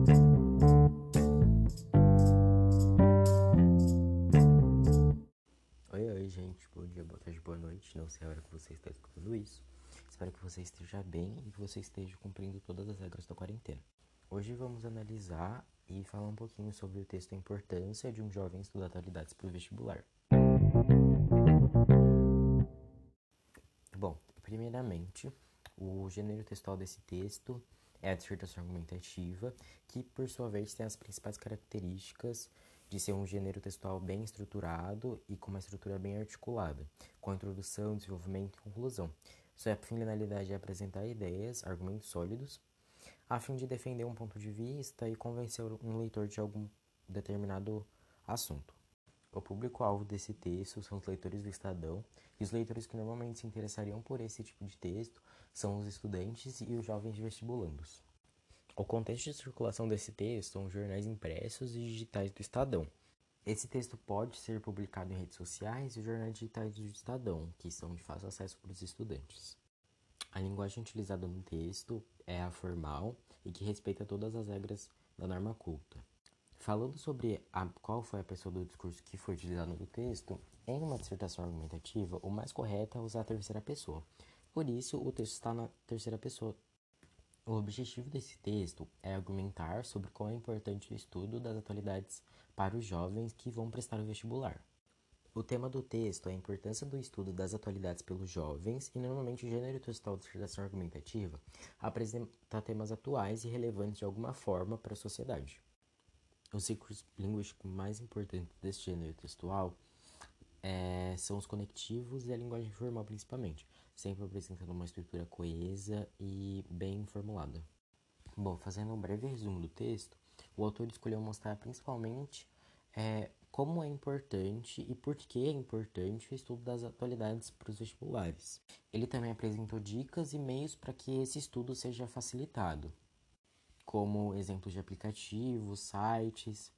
Oi, gente. Bom dia, boa tarde, boa noite. Não sei a hora que você está escutando isso. Espero que você esteja bem e que você esteja cumprindo todas as regras da quarentena. Hoje vamos analisar e falar um pouquinho sobre o texto A Importância de um Jovem Estudar Atualidades para o Vestibular. Bom, primeiramente, o gênero textual desse texto é a dissertação argumentativa, que por sua vez tem as principais características de ser um gênero textual bem estruturado e com uma estrutura bem articulada, com introdução, desenvolvimento e conclusão. Sua finalidade é apresentar ideias, argumentos sólidos, a fim de defender um ponto de vista e convencer um leitor de algum determinado assunto. O público-alvo desse texto são os leitores do Estadão, e os leitores que normalmente se interessariam por esse tipo de texto são os estudantes e os jovens vestibulandos. O contexto de circulação desse texto são os jornais impressos e digitais do Estadão. Esse texto pode ser publicado em redes sociais e os jornais digitais do Estadão, que são de fácil acesso para os estudantes. A linguagem utilizada no texto é a formal e que respeita todas as regras da norma culta. Falando sobre qual foi a pessoa do discurso que foi utilizado no texto, em uma dissertação argumentativa, o mais correto é usar a terceira pessoa. Por isso, o texto está na terceira pessoa. O objetivo desse texto é argumentar sobre qual é importante o estudo das atualidades para os jovens que vão prestar o vestibular. O tema do texto é a importância do estudo das atualidades pelos jovens e normalmente o gênero textual de dissertação argumentativa apresenta temas atuais e relevantes de alguma forma para a sociedade. Os ciclos linguísticos mais importantes desse gênero textual são os conectivos e a linguagem formal principalmente, sempre apresentando uma estrutura coesa e bem formulada. Bom, fazendo um breve resumo do texto, o autor escolheu mostrar principalmente como é importante e por que é importante o estudo das atualidades para os vestibulares. Ele também apresentou dicas e meios para que esse estudo seja facilitado, como exemplos de aplicativos, sites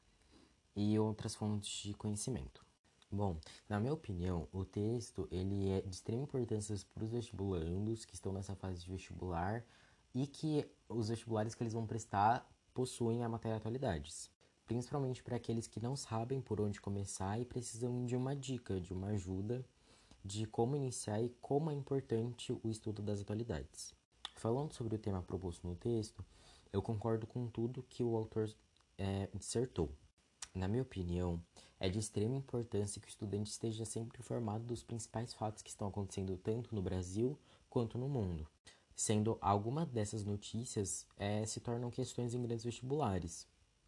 e outras fontes de conhecimento. Bom, na minha opinião, o texto ele é de extrema importância para os vestibulandos que estão nessa fase de vestibular e que os vestibulares que eles vão prestar possuem a matéria atualidades. Principalmente para aqueles que não sabem por onde começar e precisam de uma dica, de uma ajuda de como iniciar e como é importante o estudo das atualidades. Falando sobre o tema proposto no texto, eu concordo com tudo que o autor dissertou. Na minha opinião, é de extrema importância que o estudante esteja sempre informado dos principais fatos que estão acontecendo tanto no Brasil quanto no mundo, sendo alguma dessas notícias se tornam questões em grandes vestibulares.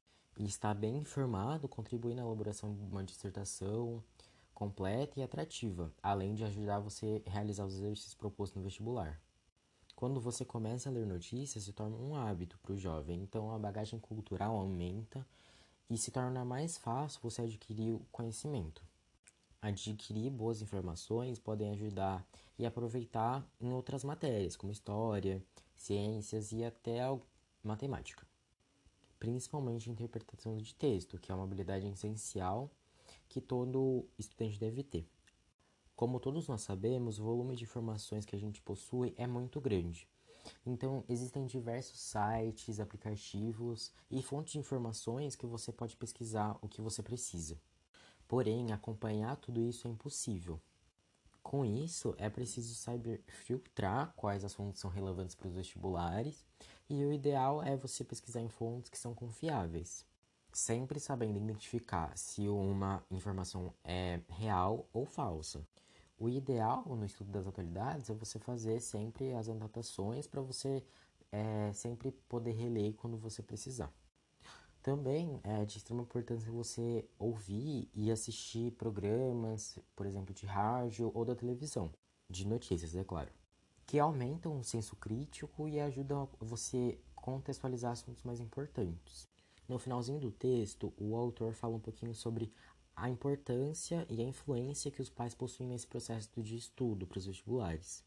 E estar bem informado contribui na elaboração de uma dissertação completa e atrativa, além de ajudar você a realizar os exercícios propostos no vestibular. Quando você começa a ler notícias, se torna um hábito para o jovem, então a bagagem cultural aumenta e se torna mais fácil você adquirir o conhecimento. Adquirir boas informações podem ajudar e aproveitar em outras matérias, como história, ciências e até matemática. Principalmente interpretação de texto, que é uma habilidade essencial que todo estudante deve ter. Como todos nós sabemos, o volume de informações que a gente possui é muito grande. Então, existem diversos sites, aplicativos e fontes de informações que você pode pesquisar o que você precisa. Porém, acompanhar tudo isso é impossível. Com isso, é preciso saber filtrar quais as fontes são relevantes para os vestibulares e o ideal é você pesquisar em fontes que são confiáveis, sempre sabendo identificar se uma informação é real ou falsa. O ideal no estudo das atualidades é você fazer sempre as anotações para você sempre poder reler quando você precisar. Também é de extrema importância você ouvir e assistir programas, por exemplo, de rádio ou da televisão, de notícias, é claro, que aumentam o senso crítico e ajudam você a contextualizar assuntos mais importantes. No finalzinho do texto, o autor fala um pouquinho sobre a importância e a influência que os pais possuem nesse processo de estudo para os vestibulares.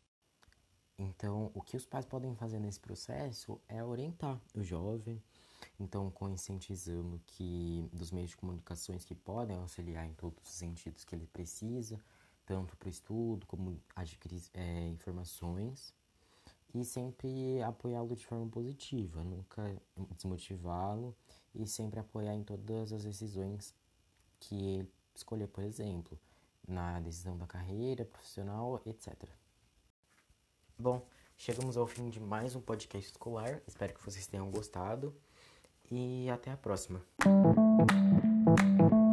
Então, o que os pais podem fazer nesse processo é orientar o jovem, então conscientizando que dos meios de comunicações que podem auxiliar em todos os sentidos que ele precisa, tanto para o estudo como adquirir informações, e sempre apoiá-lo de forma positiva, nunca desmotivá-lo e sempre apoiar em todas as decisões que ele escolher, por exemplo, na decisão da carreira profissional, etc. Bom, chegamos ao fim de mais um podcast escolar. Espero que vocês tenham gostado e até a próxima.